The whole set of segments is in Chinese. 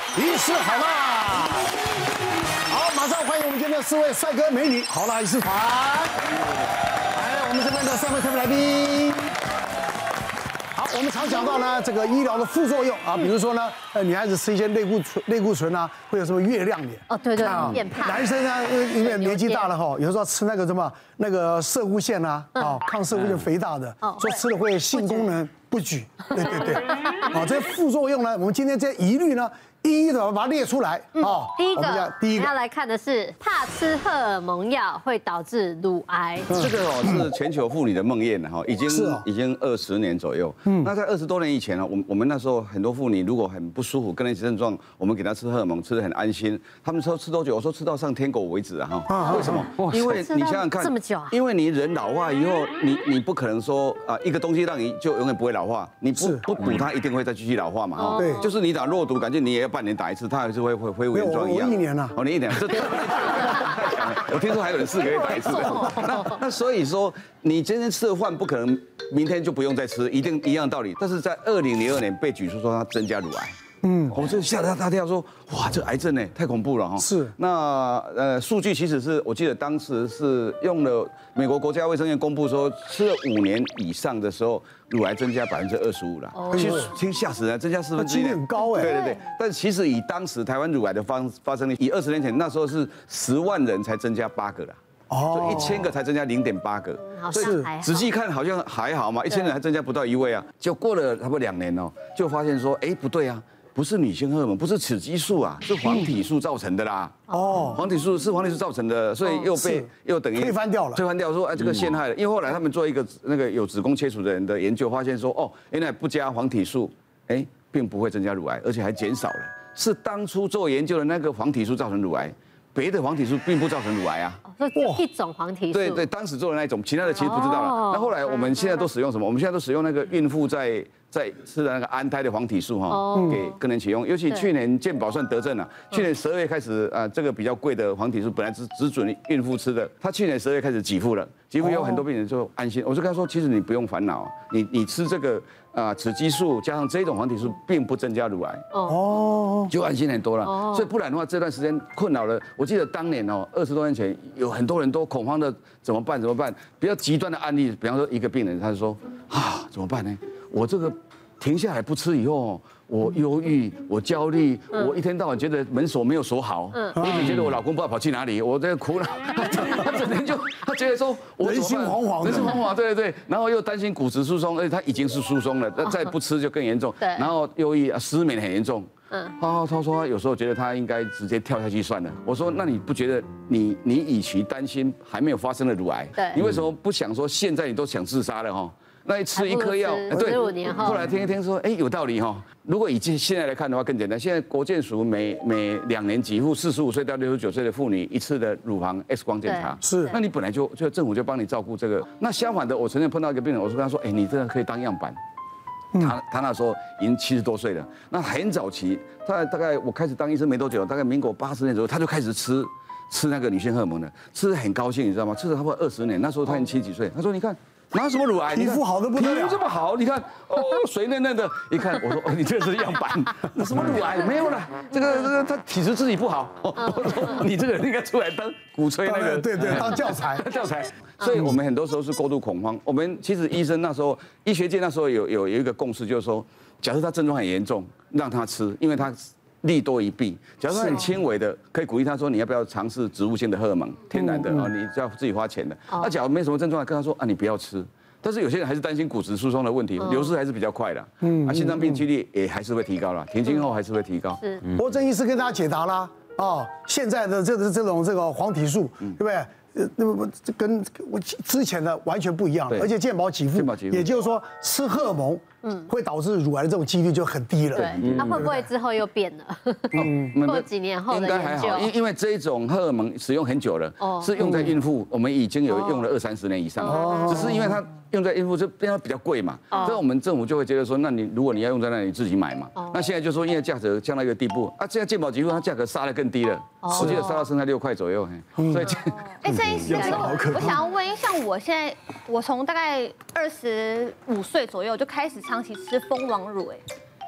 医师好辣！好，马上欢迎我们今天的4位帅哥美女好辣医师团。来，我们这边的3位特别来宾。好，我们常讲到呢，这个医疗的副作用啊，比如说呢，女孩子吃一些类固醇啊，会有什么月亮脸？ 哦，对对，变胖。 男生呢，因为年纪大了哈，有时候吃那个什么那个射物线啊，抗射物线肥大的，说吃了会性功能不举。对，好，这些副作用呢，我们今天这些疑虑呢，一一的把它列出来啊。 第一个要来看的是，怕吃荷尔蒙药会导致乳癌。 这个是全球妇女的梦魇哈，已经20年左右。那在20多年以前呢，我们那时候很多妇女如果很不舒服，更年期症状，我们给她吃荷尔蒙，吃得很安心。他们说吃多久？我说吃到上天狗为止啊哈。为什么？因为你想想看， 这么久啊？ 因为你人老化以后，你不可能说一个东西让你就永远不会老化，你不补它一定会再继续老化嘛哈。 对， 就是你打肉毒杆菌，你也要半年打一次，它还是会恢复原状一样。 我1年了。 哦，你1年，这我听说还有人4个月打一次的。那所以说，你今天吃的饭不可能明天就不用再吃，一定一样道理。但是在2002年被举出说它增加乳癌。我就吓得大跳说，哇，这癌症呢太恐怖了哈。 是。 那数据其实是我记得当时是用了美国国家卫生院公布说，吃了5年以上的时候，乳癌增加25%了。其实听吓死人，增加1/4。 几率很高哎。 对。但其实以当时台湾乳癌的发生率，以20年前那时候是10万人才增加8个啦。就1000个才增加0.8个， 所以仔细看好像还好嘛，1000人还增加不到1位啊。就过了差不多2年哦，就发现说，不对啊。不是女性荷尔蒙，不是雌激素啊，是黄体素造成的啦。黄体素造成的，所以又等于推翻掉了。 说这个陷害了。因为后来他们做一个那个有子宫切除的人的研究，发现说原来不加黄体素，并不会增加乳癌，而且还减少了。是当初做研究的那个黄体素造成乳癌，别的黄体素并不造成乳癌啊。 这一种黄体素。 对，当时做的那一种，其他的其实不知道了。那后来我们现在都使用什么？我们现在都使用那个孕妇在吃的那个安胎的黄体素哈，给更年期用。尤其去年健保算得正了，去年12月开始这个比较贵的黄体素本来只准孕妇吃的，他去年12月开始给付了，给付以后很多病人就安心。我就跟他说，其实你不用烦恼，你吃这个雌激素加上这种黄体素，并不增加乳癌，就安心很多了。所以不然的话，这段时间困扰了。我记得当年20多年前，有很多人都恐慌的怎么办？比较极端的案例，比方说一个病人，他就说怎么办呢？我这个停下来不吃以后，我忧郁，我焦虑，我一天到晚觉得门锁没有锁好，我只觉得我老公不知道跑去哪里，我在苦恼，他整天他觉得说人心惶惶， 对，然后又担心骨质疏松，而且他已经是疏松了，再不吃就更严重，然后忧郁失眠很严重。他说他有时候觉得他应该直接跳下去算了。我说那你不觉得你与其担心还没有发生的乳癌，你为什么不想说现在你都想自杀了哈？那吃一颗药， 对，15年后， 后来听一听说，有道理哈。如果以现在来看的话更简单，现在国健署每2年给付45岁到69岁的妇女一次的乳房 X 光检查， 是。 那你本来就政府就帮你照顾这个。那相反的，我曾经碰到一个病人，我说跟他说，你这个可以当样板。他那时候已经70多岁了，那很早期，他大概我开始当医生没多久，大概民国80年左右，他就开始吃那个女性荷尔蒙了，吃得很高兴，你知道吗？吃了差不多20年，那时候他已经70几岁，他说你看。哪有什么乳癌？ 皮肤好的不得了， 皮肤这么好，你看水嫩嫩的，一看我说你这是样板，那什么乳癌没有了？这个他体质自己不好，我说你这个人应该出来当鼓吹那个， 对，当教材。 所以我们很多时候是过度恐慌。我们其实医生那时候，医学界那时候有一个共识，就是说，假设他症状很严重，让他吃，因为他利多于弊。假如他很轻微的，可以鼓励他说，你要不要尝试植物性的荷尔蒙，天然的啊，你要自己花钱的。那假如没什么症状，跟他说你不要吃。但是有些人还是担心骨质疏松的问题，流失还是比较快的，心脏病几率也还是会提高了，停经后还是会提高。 不过郑医师跟大家解答啦，现在的这个黄体素，对不对？那么跟我之前的完全不一样，而且健保给付，也就是说吃荷尔蒙，会导致乳癌的这种几率就很低了。 对，那会不会之后又变了？过几年后的研究， 因为这一种荷尔蒙使用很久了，是用在孕妇，我们已经有用了20-30年以上了，只是因为它用在孕妇就变得比较贵嘛，所以我们政府就会觉得说，那你如果你要用在那里自己买嘛，那现在就说因为价格降到一个地步现在健保给付它价格杀得更低了，我记得杀到剩下6块左右，所以郑医师，我想要问，像我从大概25岁左右就开始长期吃蜂王乳，这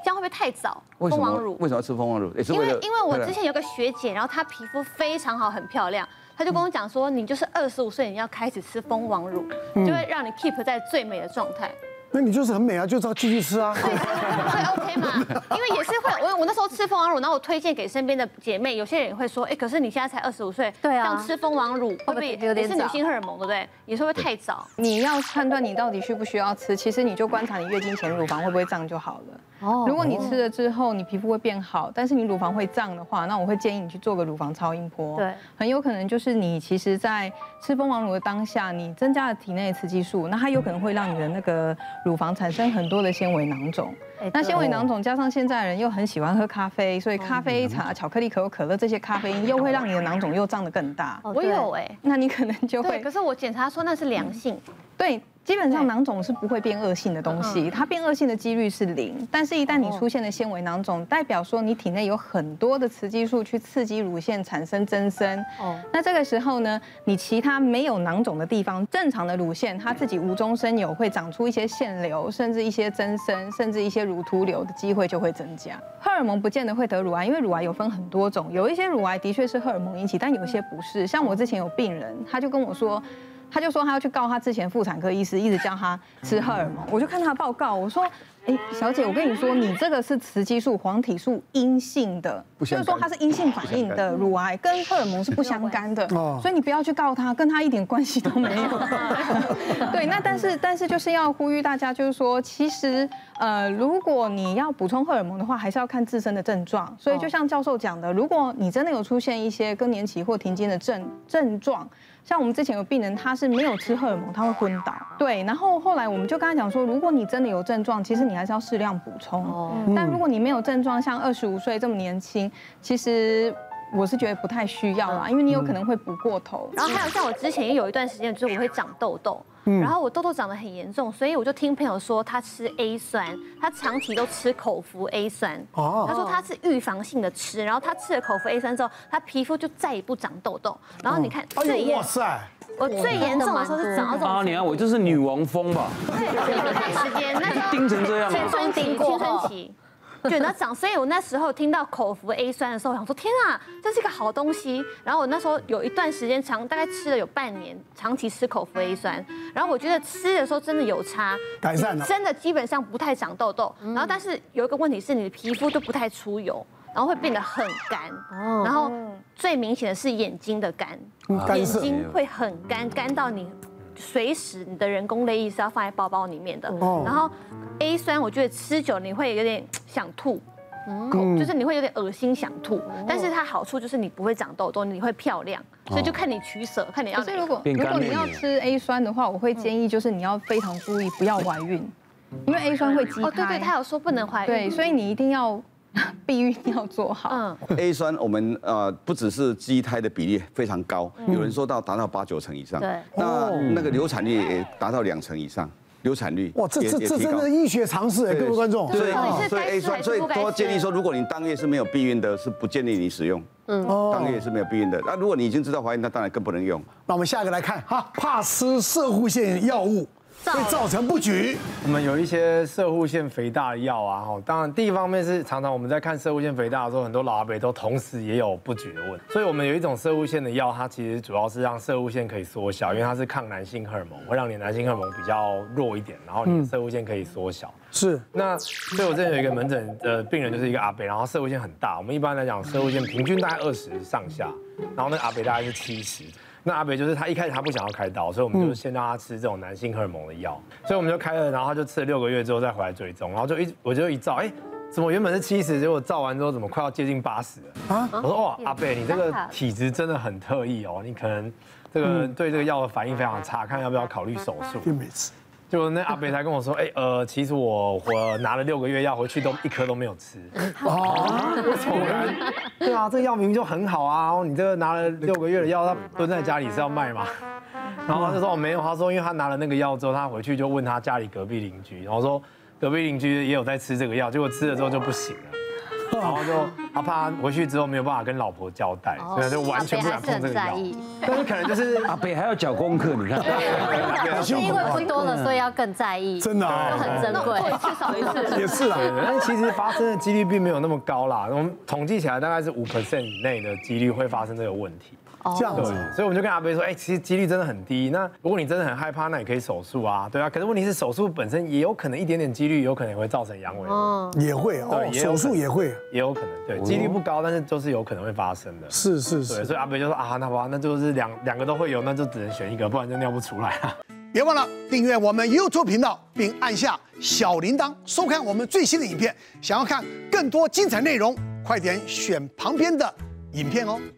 这样会不会太早？ 为什蜂王乳？ 么为什么要吃蜂王乳？也是因为了为我之前有个学姐，然后她皮肤非常好，很漂亮。她就跟我讲说，你就是25岁，你要开始吃蜂王乳，就会让你 keep 在最美的状态。 那你就是很美啊，就是要继续吃啊。 所以 OK 嘛，因为也是会，我那时候吃蜂王乳，然后我推荐给身边的姐妹，有些人也会说，哎，可是你现在才25岁， 对啊这样吃蜂王乳会不会有点也是女性荷尔蒙，对不对？也是会不会太早？ 你要判断你到底需不需要吃，其实你就观察你月经前乳房会不会胀就好了。 哦如果你吃了之后，你皮肤会变好，但是你乳房会胀的话，那我会建议你去做个乳房超音波。 对， 很有可能就是你其实，在吃蜂王乳的当下，你增加了体内的雌激素，那它有可能会让你的那个乳房产生很多的纤维囊肿。那纤维囊肿加上现在人又很喜欢喝咖啡，所以咖啡、茶、巧克力、可口可乐这些咖啡因又会让你的囊肿又胀得更大。 我有哎， 那你可能就对， 会可是我检查说那是良性。 对。基本上囊肿是不会变恶性的东西，它变恶性的几率是0。但是，一旦你出现了纤维囊肿，代表说你体内有很多的雌激素去刺激乳腺产生增生。那这个时候呢，你其他没有囊肿的地方，正常的乳腺它自己无中生有，会长出一些腺瘤，甚至一些增生，甚至一些乳突瘤的机会就会增加。荷尔蒙不见得会得乳癌，因为乳癌有分很多种，有一些乳癌的确是荷尔蒙引起，但有一些不是。像我之前有病人，他就跟我说。他就说他要去告他之前妇产科医师，一直叫他吃荷尔蒙。我就看他的报告，我说，哎，小姐，我跟你说，你这个是雌激素、黄体素阴性的，就是说它是阴性反应的乳癌，跟荷尔蒙是不相干的，所以你不要去告他，跟他一点关系都没有。对，那但是就是要呼吁大家，就是说，其实如果你要补充荷尔蒙的话，还是要看自身的症状。所以就像教授讲的，如果你真的有出现一些更年期或停经的症状。像我们之前有病人，他是没有吃荷尔蒙，他会昏倒。对，然后后来我们就跟他讲说，如果你真的有症状，其实你还是要适量补充。但如果你没有症状，像25岁这么年轻，其实我是觉得不太需要啦，因为你有可能会补过头。 然后还有像我之前也有一段时间，就是我会长痘痘。然后我痘痘长得很严重，所以我就听朋友说他吃 A 酸，他长期都吃口服 A 酸。他说他是预防性的吃，然后他吃了口服 A 酸之后，他皮肤就再也不长痘痘。然后你看哇塞！ 我最严重的时候是长到这种。 8年啊，我这是女王风吧？ 对，有一段时间那时候盯成这样， 青春期。卷到长，所以我那时候听到口服 A 酸的时候，我想说天啊，这是一个好东西。然后我那时候有一段时间大概吃了有半年，长期吃口服 A 酸。然后我觉得吃的时候真的有差， 改善了， 真的基本上不太长痘痘。然后但是有一个问题是你的皮肤就不太出油，然后会变得很干。然后最明显的是眼睛的干，眼睛会很干，干到你。随时你的人工泪液是要放在包包里面的，然后 A 酸我觉得吃久你会有点想吐，就是你会有点恶心想吐，但是它好处就是你不会长痘痘，你会漂亮，所以就看你取舍，看你要哪一个。 如果你要吃 A 酸的话，我会建议就是你要非常注意不要怀孕，因为 A 酸会激胎。 对，他有说不能怀孕。 对，所以你一定要。避孕要做好。 A 酸我们不只是畸胎的比例非常高，有人说达到8、9成以上。 对， 那个流产率也达到2成以上。流产率哇，这真的医学常识哎，各位观众。 所以 A 酸，所以多建议说，如果你当月是没有避孕的，是不建议你使用。当月是没有避孕的。那如果你已经知道怀孕，那当然更不能用。 那我们下一个来看哈，怕吃摄护腺药物。会造成不举。 我们有一些摄护腺肥大的药啊，当然第一方面是常常我们在看摄护腺肥大的时候，很多老阿伯都同时也有不举的问题。所以我们有一种摄护腺的药，它其实主要是让摄护腺可以缩小，因为它是抗男性荷尔蒙，会让你男性荷尔蒙比较弱一点，然后你的摄护腺可以缩小。 是。 那所以我之前有一个门诊的病人，就是一个阿伯，然后摄护腺很大，我们一般来讲摄护腺平均大概20上下，然后那个阿伯大概是70。那阿北就是他一开始他不想要开刀，所以我们就先让他吃这种男性荷尔蒙的药，所以我们就开了，然后他就吃了6个月之后再回来追踪，然后我就一照，怎么原本是70，结果照完之后怎么快要接近80了啊？我说哇，阿北你这个体质真的很特异哦，你可能这个对这个药的反应非常差，看要不要考虑手术。就那阿北才跟我说，其实我拿了6个月药回去都1颗都没有吃。对啊，这个药明明就很好啊，你这个拿了6个月的药，他蹲在家里是要卖吗？然后他就说没有，他说因为他拿了那个药之后，他回去就问他家里隔壁邻居，然后说隔壁邻居也有在吃这个药，结果吃了之后就不行了。 然后就他怕他回去之后没有办法跟老婆交代，所以他就完全不敢碰这个药。但是可能就是阿北还要缴功课，你看， 是因为不多了，所以要更在意， 真的就很珍贵， 至少一次也是啊。 但其实发生的几率并没有那么高啦，我们统计起来大概是5% 以内的几率会发生这个问题。 这样子， 所以我们就跟阿贝说，其实几率真的很低。那如果你真的很害怕，那也可以手术啊，对啊。可是问题是手术本身也有可能一点点几率，有可能也会造成阳痿。 也会哦，手术也会， 也有可能，对，几率不高，但是就是有可能会发生的。 是， 对，所以阿贝就说啊，那好吧，那就是两个都会有，那就只能选一个，不然就尿不出来啊。 别忘了订阅我们 YouTube 频道，并按下小铃铛，收看我们最新的影片。想要看更多精彩内容，快点选旁边的影片哦。